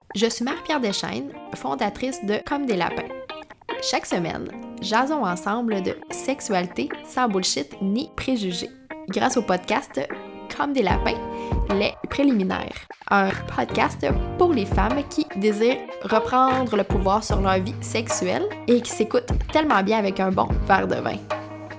Je suis Marie-Pierre Deschaines, fondatrice de Comme des lapins. Chaque semaine, jasons ensemble de sexualité sans bullshit ni préjugés. Grâce au podcast Comme des lapins, les préliminaires. Un podcast pour les femmes qui désirent reprendre le pouvoir sur leur vie sexuelle et qui s'écoutent tellement bien avec un bon verre de vin.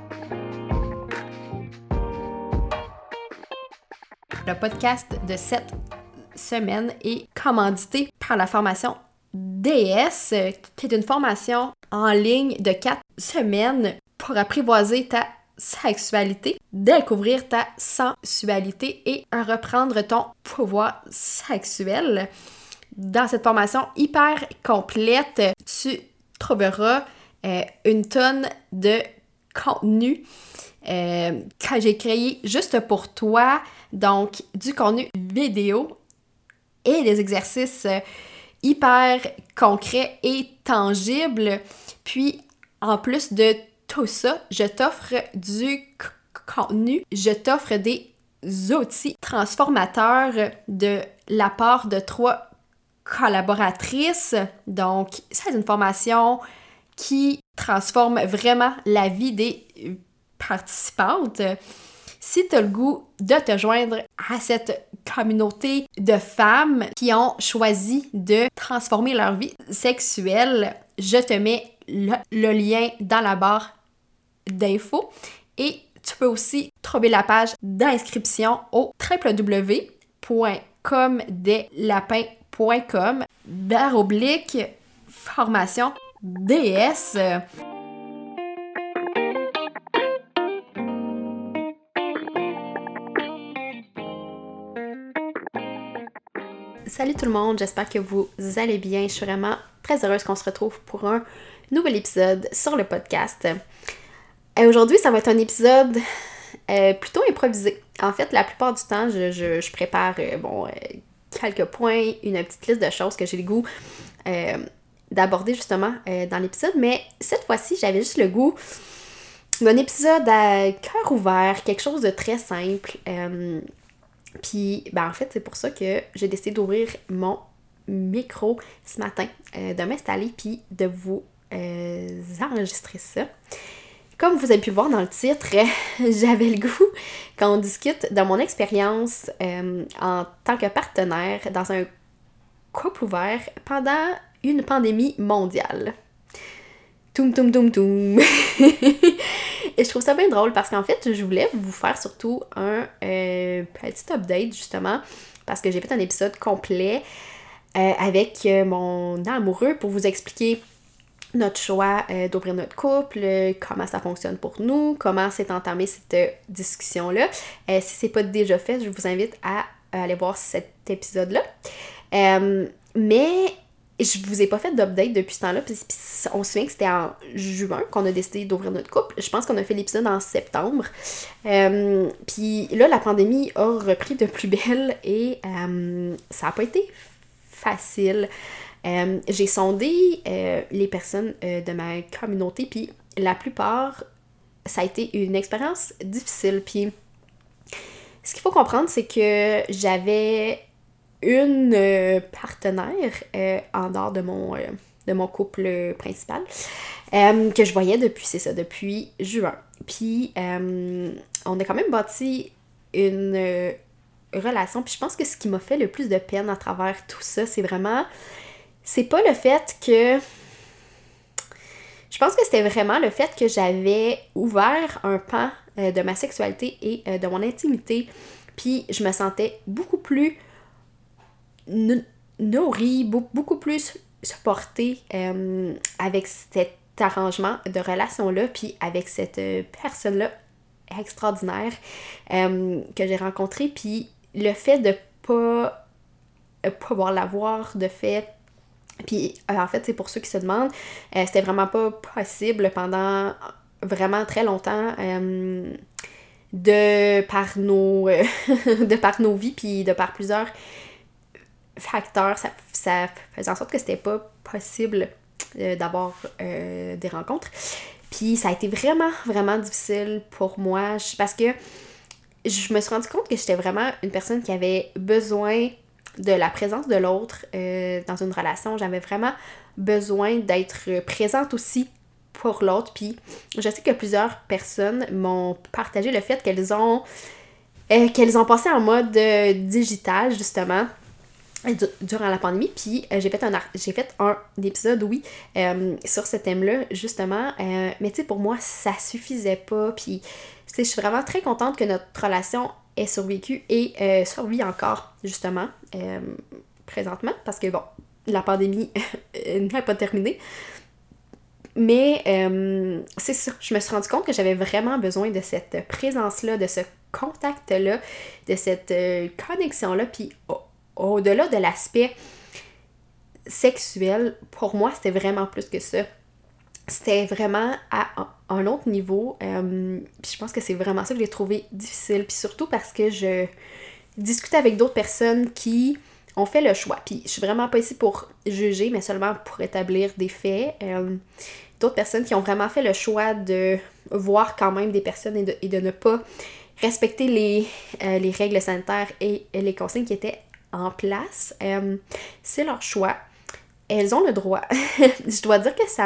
Le podcast de cette semaine est commandité par la formation DS, qui est une formation en ligne de 4 semaines pour apprivoiser ta sexualité, découvrir ta sensualité et reprendre ton pouvoir sexuel. Dans cette formation hyper complète, tu trouveras une tonne de contenu que j'ai créé juste pour toi, donc du contenu vidéo et des exercices hyper concrets et tangibles. Puis, en plus de tout ça, je t'offre du contenu, je t'offre des outils transformateurs de la part de 3 collaboratrices. Donc, c'est une formation qui transforme vraiment la vie des participantes. Si tu as le goût de te joindre à cette communauté de femmes qui ont choisi de transformer leur vie sexuelle, je te mets le lien dans la barre d'infos et tu peux aussi trouver la page d'inscription au www.comdeslapins.com/formation DS. Salut tout le monde, j'espère que vous allez bien. Je suis vraiment très heureuse qu'on se retrouve pour un nouvel épisode sur le podcast. Aujourd'hui, ça va être un épisode plutôt improvisé. En fait, la plupart du temps, je prépare quelques points, une petite liste de choses que j'ai le goût d'aborder justement dans l'épisode. Mais cette fois-ci, j'avais juste le goût d'un épisode à cœur ouvert, quelque chose de très simple. Puis, en fait, c'est pour ça que j'ai décidé d'ouvrir mon micro ce matin, de m'installer puis de vous enregistrer ça. Comme vous avez pu voir dans le titre, j'avais le goût qu'on discute de mon expérience en tant que partenaire dans un couple ouvert pendant une pandémie mondiale. Toum toum toum toum. Et je trouve ça bien drôle parce qu'en fait, je voulais vous faire surtout un petit update justement parce que j'ai fait un épisode complet avec mon amoureux pour vous expliquer notre choix d'ouvrir notre couple, comment ça fonctionne pour nous, comment s'est entamée cette discussion-là. Si c'est pas déjà fait, je vous invite à aller voir cet épisode-là. Mais je vous ai pas fait d'update depuis ce temps-là, puis on se souvient que c'était en juin qu'on a décidé d'ouvrir notre couple. Je pense qu'on a fait l'épisode en septembre. Puis là, la pandémie a repris de plus belle et ça n'a pas été facile. J'ai sondé les personnes de ma communauté, puis la plupart, ça a été une expérience difficile. Puis ce qu'il faut comprendre, c'est que j'avais une partenaire en dehors de mon couple principal que je voyais depuis juin. Puis on a quand même bâti une relation. Puis je pense que ce qui m'a fait le plus de peine à travers tout ça, c'est pas le fait que... Je pense que c'était vraiment le fait que j'avais ouvert un pan de ma sexualité et de mon intimité. Puis je me sentais beaucoup plus nourrie, beaucoup plus supportée avec cet arrangement de relation-là, puis avec cette personne-là extraordinaire que j'ai rencontrée. Puis le fait de pas pouvoir la voir, de fait... Puis en fait, c'est pour ceux qui se demandent, c'était vraiment pas possible pendant vraiment très longtemps de par nos vies, puis de par plusieurs facteurs, ça faisait en sorte que c'était pas possible d'avoir des rencontres. Puis ça a été vraiment, vraiment difficile pour moi parce que je me suis rendu compte que j'étais vraiment une personne qui avait besoin de la présence de l'autre dans une relation. J'avais vraiment besoin d'être présente aussi pour l'autre. Puis je sais que plusieurs personnes m'ont partagé le fait qu'elles ont passé en mode digital, justement, durant la pandémie. Puis j'ai fait un épisode, oui, sur ce thème-là, justement. Mais tu sais, pour moi, ça suffisait pas. Puis tu sais, je suis vraiment très contente que notre relation ait survécu et survit encore, justement, présentement. Parce que, bon, la pandémie n'est pas terminée. Mais c'est ça, je me suis rendu compte que j'avais vraiment besoin de cette présence-là, de ce contact-là, de cette connexion-là. Puis au-delà de l'aspect sexuel, pour moi, c'était vraiment plus que ça. C'était vraiment à un autre niveau. Puis je pense que c'est vraiment ça que j'ai trouvé difficile. Puis surtout parce que je discutais avec d'autres personnes qui ont fait le choix. Puis je suis vraiment pas ici pour juger, mais seulement pour établir des faits. D'autres personnes qui ont vraiment fait le choix de voir quand même des personnes et de ne pas respecter les règles sanitaires et les consignes qui étaient en place. C'est leur choix. Elles ont le droit. Je dois dire que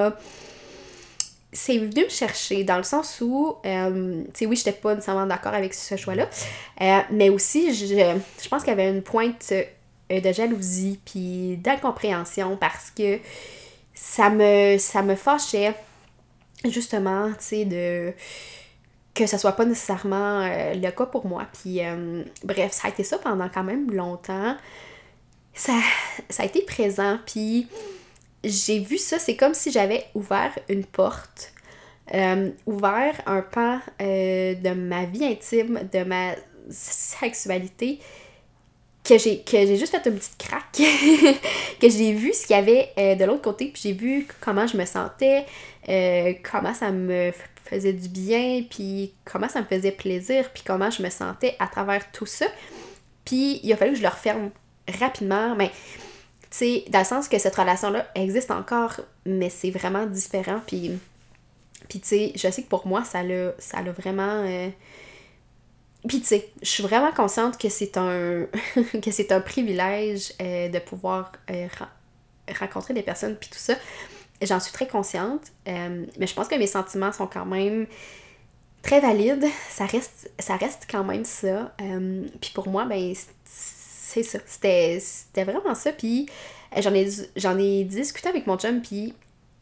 c'est venu me chercher dans le sens où, tu sais, oui, j'étais pas nécessairement d'accord avec ce choix-là, mais aussi, je pense qu'il y avait une pointe de jalousie puis d'incompréhension parce que ça me fâchait, justement, tu sais, que ça soit pas nécessairement le cas pour moi. Puis, bref, ça a été ça pendant quand même longtemps. Ça a été présent, puis j'ai vu ça, c'est comme si j'avais ouvert une porte, ouvert un pan de ma vie intime, de ma sexualité, que j'ai juste fait une petite craque, que j'ai vu ce qu'il y avait de l'autre côté, puis j'ai vu comment je me sentais, comment ça me faisait du bien, puis comment ça me faisait plaisir, puis comment je me sentais à travers tout ça. Puis il a fallu que je le referme rapidement, mais tu sais, dans le sens que cette relation-là existe encore, mais c'est vraiment différent, puis tu sais, je sais que pour moi, ça l'a vraiment... Puis tu sais, je suis vraiment consciente que c'est un que c'est un privilège de pouvoir rencontrer des personnes puis tout ça. J'en suis très consciente, mais je pense que mes sentiments sont quand même très valides. Ça reste quand même ça. Puis pour moi, ben c'est ça. C'était vraiment ça. Puis j'en ai discuté avec mon chum, puis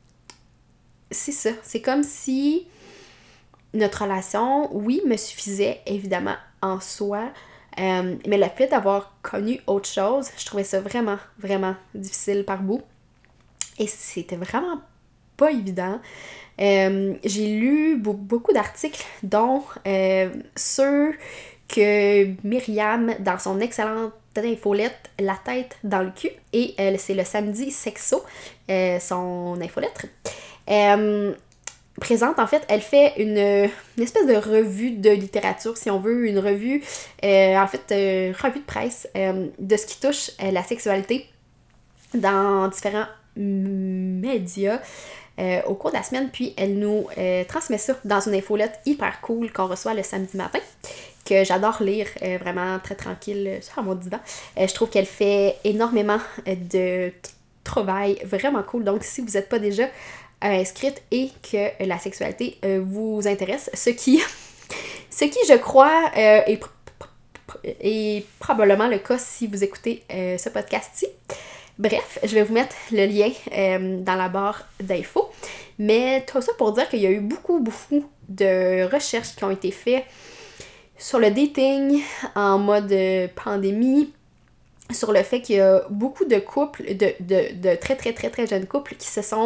c'est ça. C'est comme si notre relation, oui, me suffisait évidemment en soi, mais le fait d'avoir connu autre chose, je trouvais ça vraiment, vraiment difficile par bout. Et c'était vraiment pas évident. J'ai lu beaucoup d'articles, dont ceux que Myriam, dans son excellente infolette La tête dans le cul, et c'est le samedi sexo, son infolettre, présente, en fait, elle fait une espèce de revue de littérature, si on veut, une revue, revue de presse de ce qui touche la sexualité dans différents médias au cours de la semaine, puis elle nous transmet ça dans une infolette hyper cool qu'on reçoit le samedi matin, que j'adore lire, vraiment très tranquille sur mon divan. Je trouve qu'elle fait énormément de travail vraiment cool, donc si vous n'êtes pas déjà inscrite et que la sexualité vous intéresse, ce qui je crois est probablement le cas si vous écoutez ce podcast-ci. Bref, je vais vous mettre le lien dans la barre d'infos. Mais tout ça pour dire qu'il y a eu beaucoup de recherches qui ont été faites sur le dating en mode pandémie, sur le fait qu'il y a beaucoup de couples, de très très très très jeunes couples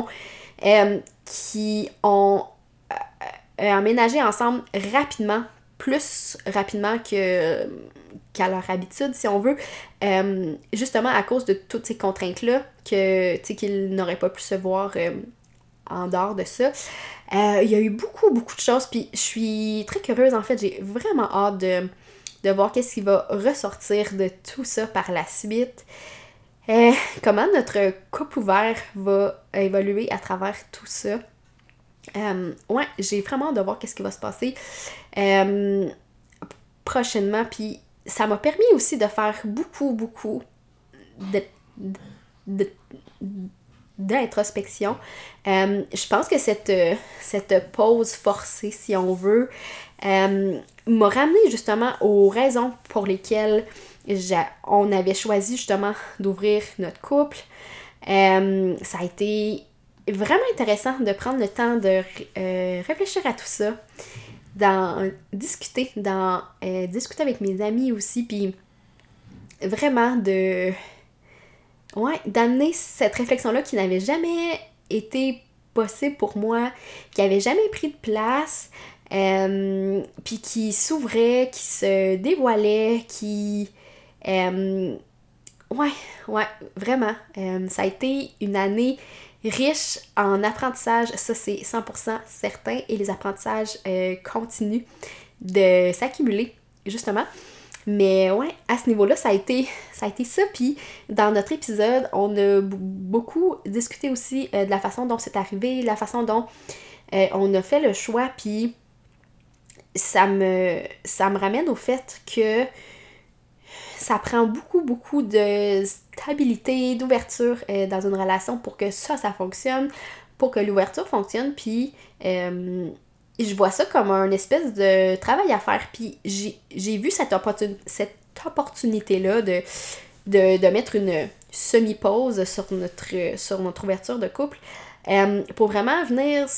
qui ont emménagé ensemble rapidement, plus rapidement qu'à leur habitude, si on veut, justement à cause de toutes ces contraintes-là, qu'ils n'auraient pas pu se voir en dehors de ça. Il y a eu beaucoup de choses, puis je suis très curieuse, en fait, j'ai vraiment hâte de voir qu'est-ce qui va ressortir de tout ça par la suite. Comment notre couple ouvert va évoluer à travers tout ça. Ouais, j'ai vraiment hâte de voir qu'est-ce qui va se passer prochainement, puis ça m'a permis aussi de faire beaucoup d'introspection. Je pense que cette pause forcée, si on veut, m'a ramené justement aux raisons pour lesquelles on avait choisi justement d'ouvrir notre couple. Ça a été vraiment intéressant de prendre le temps de réfléchir à tout ça, discuter avec mes amis aussi, puis vraiment d'amener cette réflexion-là qui n'avait jamais été possible pour moi, qui n'avait jamais pris de place, puis qui s'ouvrait, qui se dévoilait, qui... vraiment. Ça a été une année riche en apprentissage, ça c'est 100% certain, et les apprentissages continuent de s'accumuler, justement. Mais ouais, à ce niveau-là, ça a été ça. Puis dans notre épisode, on a beaucoup discuté aussi de la façon dont c'est arrivé, la façon dont on a fait le choix, puis ça me ramène au fait que ça prend beaucoup de stabilité, d'ouverture dans une relation pour que ça fonctionne, pour que l'ouverture fonctionne, puis je vois ça comme un espèce de travail à faire, puis j'ai vu cette opportunité-là de mettre une semi-pause sur notre ouverture de couple pour vraiment venir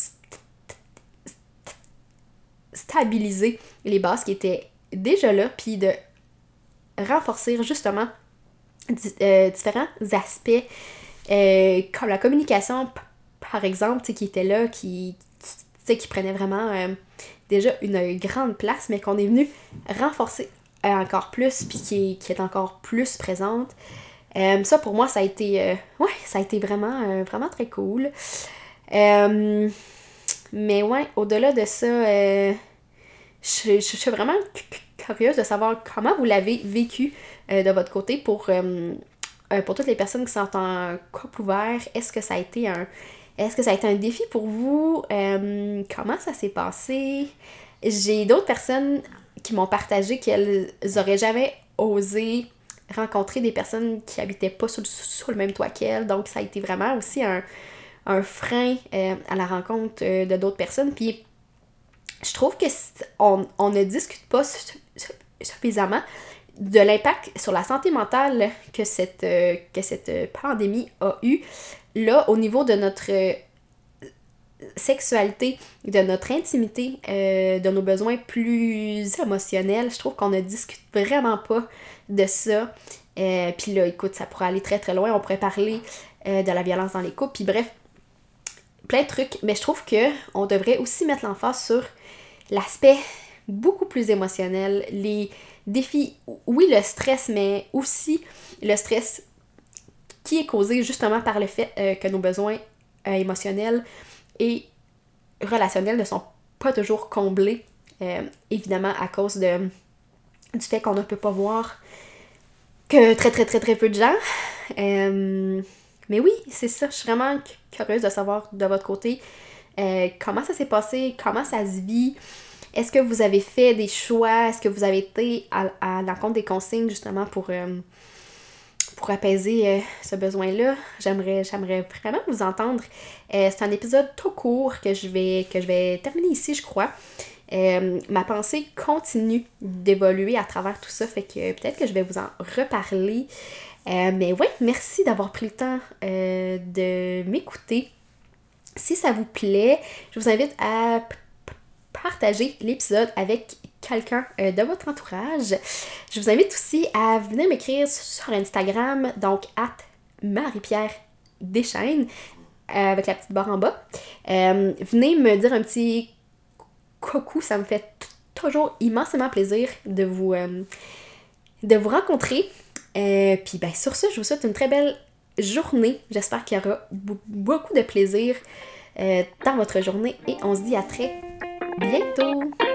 stabiliser les bases qui étaient déjà là, puis de renforcer justement différents aspects comme la communication, par exemple, qui était là, qui prenait vraiment déjà une grande place, mais qu'on est venu renforcer encore plus, puis qui est encore plus présente. Ça, pour moi, ça a été vraiment, vraiment très cool. Mais ouais, au-delà de ça, je suis vraiment curieuse de savoir comment vous l'avez vécu de votre côté pour toutes les personnes qui sont en couple ouvert. Est-ce que ça a été un défi pour vous? Comment ça s'est passé? J'ai d'autres personnes qui m'ont partagé qu'elles auraient jamais osé rencontrer des personnes qui habitaient pas sur le même toit qu'elles. Donc, ça a été vraiment aussi un frein à la rencontre de d'autres personnes. Puis, je trouve que on ne discute pas suffisamment de l'impact sur la santé mentale que cette pandémie a eu, là, au niveau de notre sexualité, de notre intimité, de nos besoins plus émotionnels. Je trouve qu'on ne discute vraiment pas de ça. Puis là, écoute, ça pourrait aller très très loin. On pourrait parler de la violence dans les couples, puis bref, plein de trucs. Mais je trouve qu'on devrait aussi mettre l'emphase sur l'aspect beaucoup plus émotionnel, les défis, oui, le stress, mais aussi le stress qui est causé justement par le fait que nos besoins émotionnels et relationnels ne sont pas toujours comblés, évidemment à cause du fait qu'on ne peut pas voir que très très très très peu de gens. Mais oui, c'est ça, je suis vraiment curieuse de savoir de votre côté comment ça s'est passé, comment ça se vit. Est-ce que vous avez fait des choix? Est-ce que vous avez été à l'encontre des consignes justement pour apaiser ce besoin-là? J'aimerais vraiment vous entendre. C'est un épisode trop court que je vais terminer ici, je crois. Ma pensée continue d'évoluer à travers tout ça, fait que peut-être que je vais vous en reparler. Mais ouais, merci d'avoir pris le temps de m'écouter. Si ça vous plaît, je vous invite à partager l'épisode avec quelqu'un de votre entourage. Je vous invite aussi à venir m'écrire sur Instagram, donc @Marie-Pierre-Deschaines, avec la petite barre en bas. Venez me dire un petit coucou, ça me fait toujours immensément plaisir de vous rencontrer. Puis ben, sur ce, je vous souhaite une très belle journée. J'espère qu'il y aura beaucoup de plaisir dans votre journée et on se dit à très bientôt!